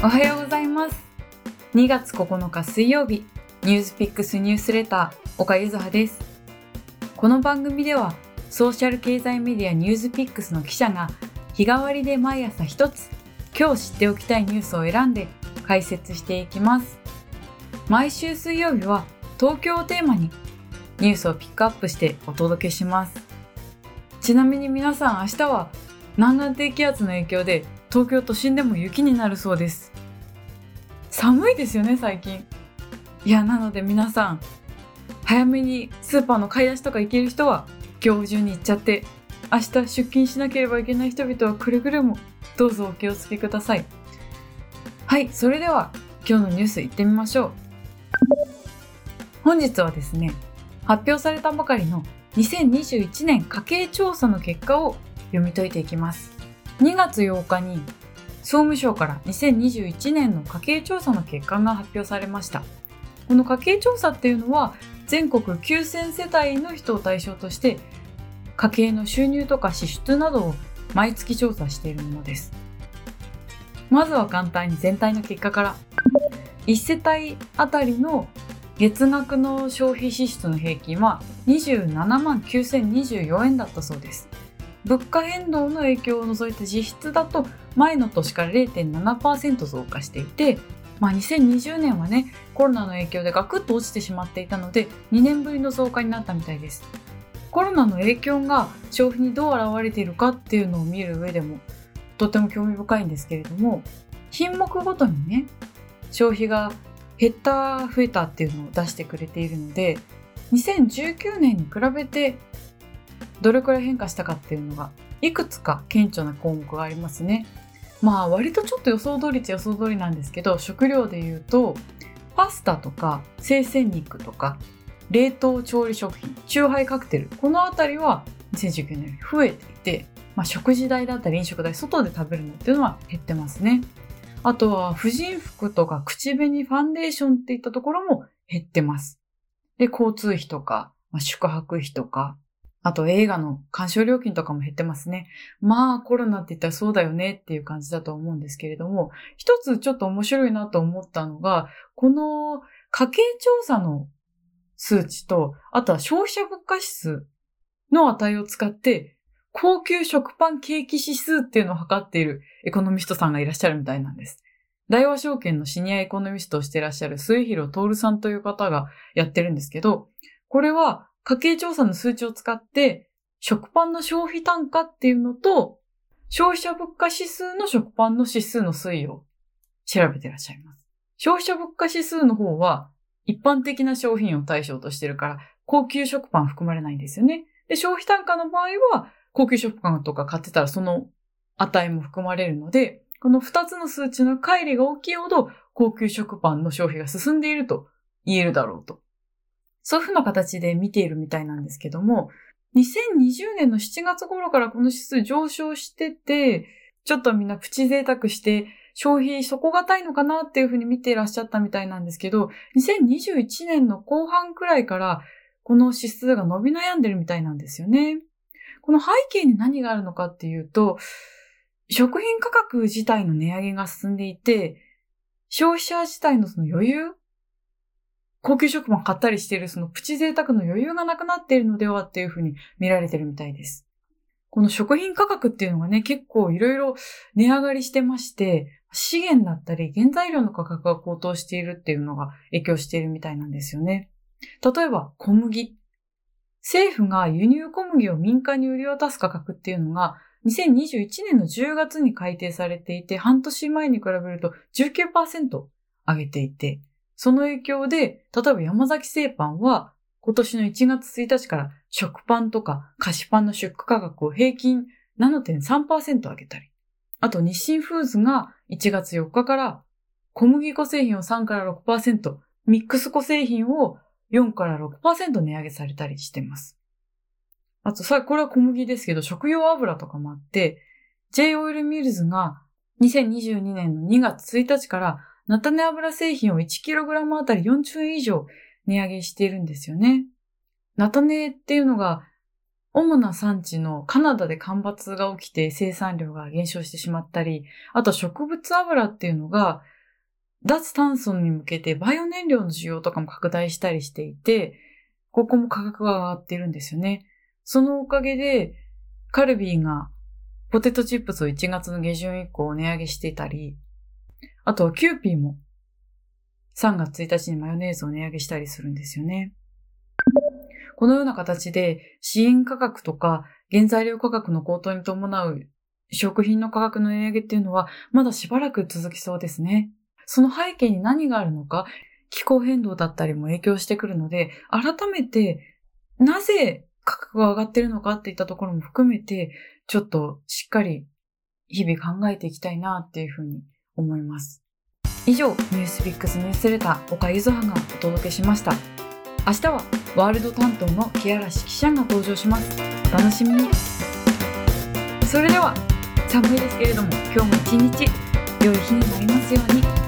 おはようございます。2月9日水曜日、ニュースピックスニュースレター、岡ゆずはです。この番組では、ソーシャル経済メディアニュースピックスの記者が日替わりで毎朝一つ、今日知っておきたいニュースを選んで解説していきます。毎週水曜日は東京をテーマにニュースをピックアップしてお届けします。ちなみに皆さん、明日は南岸低気圧の影響で東京都心でも雪になるそうです。寒いですよね、最近。なので皆さん、早めにスーパーの買い出しとか行ける人は今日中に行っちゃって、明日出勤しなければいけない人々はくれぐれもどうぞお気をつけください。はい、それでは今日のニュース行ってみましょう。本日はですね、発表されたばかりの2021年家計調査の結果を読み解いていきます。2月8日に総務省から2021年の家計調査の結果が発表されました。この家計調査っていうのは全国9000世帯の人を対象として家計の収入とか支出などを毎月調査しているものです。まずは簡単に全体の結果から。1世帯あたりの月額の消費支出の平均は27万9024円だったそうです。物価変動の影響を除いた実質だと前の年から 0.7% 増加していて、2020年はね、コロナの影響でガクッと落ちてしまっていたので2年ぶりの増加になったみたいです。コロナの影響が消費にどう現れているかっていうのを見る上でもとっても興味深いんですけれども、品目ごとにね、消費が減った増えたっていうのを出してくれているので、2019年に比べてどれくらい変化したかっていうのがいくつか顕著な項目がありますね。割とちょっと予想通りっちゃ予想通りなんですけど、食料で言うとパスタとか生鮮肉とか冷凍調理食品、チューハイカクテル、このあたりは2019年より増えていて、食事代だったり飲食代、外で食べるのっていうのは減ってますね。あとは婦人服とか口紅、ファンデーションっていったところも減ってます。で、交通費とか、宿泊費とか、あと映画の鑑賞料金とかも減ってますね。コロナって言ったらそうだよねっていう感じだと思うんですけれども、一つちょっと面白いなと思ったのが、この家計調査の数値と、あとは消費者物価指数の値を使って、高級食パン景気指数っていうのを測っているエコノミストさんがいらっしゃるみたいなんです。大和証券のシニアエコノミストをしていらっしゃる末広徹さんという方がやってるんですけど、これは家計調査の数値を使って食パンの消費単価っていうのと消費者物価指数の食パンの指数の推移を調べていらっしゃいます。消費者物価指数の方は一般的な商品を対象としてるから高級食パン含まれないんですよね。で、消費単価の場合は高級食パンとか買ってたらその値も含まれるので、この2つの数値の乖離が大きいほど高級食パンの消費が進んでいると言えるだろうと。そういうふうな形で見ているみたいなんですけども、2020年の7月頃からこの指数上昇してて、ちょっとみんなプチ贅沢して消費底堅いのかなっていうふうに見ていらっしゃったみたいなんですけど、2021年の後半くらいからこの指数が伸び悩んでるみたいなんですよね。この背景に何があるのかっていうと、食品価格自体の値上げが進んでいて、消費者自体のその余裕、高級食パン買ったりしているそのプチ贅沢の余裕がなくなっているのではっていうふうに見られてるみたいです。この食品価格っていうのがね、結構いろいろ値上がりしてまして、資源だったり原材料の価格が高騰しているっていうのが影響しているみたいなんですよね。例えば小麦。政府が輸入小麦を民間に売り渡す価格っていうのが2021年の10月に改定されていて、半年前に比べると 19% 上げていて、その影響で、例えば山崎製パンは今年の1月1日から食パンとか菓子パンの出荷価格を平均 7.3% 上げたり、あと日清フーズが1月4日から小麦粉製品を3から 6%、ミックス粉製品を4から 6% 値上げされたりしています。あとこれは小麦ですけど、食用油とかもあって、J オイルミルズが2022年の2月1日から菜種油製品を 1kg あたり40円以上値上げしているんですよね。菜種っていうのが主な産地のカナダで干ばつが起きて生産量が減少してしまったり、あと植物油っていうのが脱炭素に向けてバイオ燃料の需要とかも拡大したりしていて、ここも価格が上がっているんですよね。そのおかげで、カルビーがポテトチップスを1月の下旬以降値上げしていたり、あとはキューピーも3月1日にマヨネーズを値上げしたりするんですよね。このような形で資源価格とか原材料価格の高騰に伴う食品の価格の値上げっていうのはまだしばらく続きそうですね。その背景に何があるのか、気候変動だったりも影響してくるので、改めてなぜ価格が上がっているのかっていったところも含めて、ちょっとしっかり日々考えていきたいなっていうふうに思います。以上、ニュースピックスニュースレター岡ゆずはがお届けしました。明日はワールド担当の木嵐記者が登場します。お楽しみに。それでは寒いですけれども、今日も一日良い日になりますように。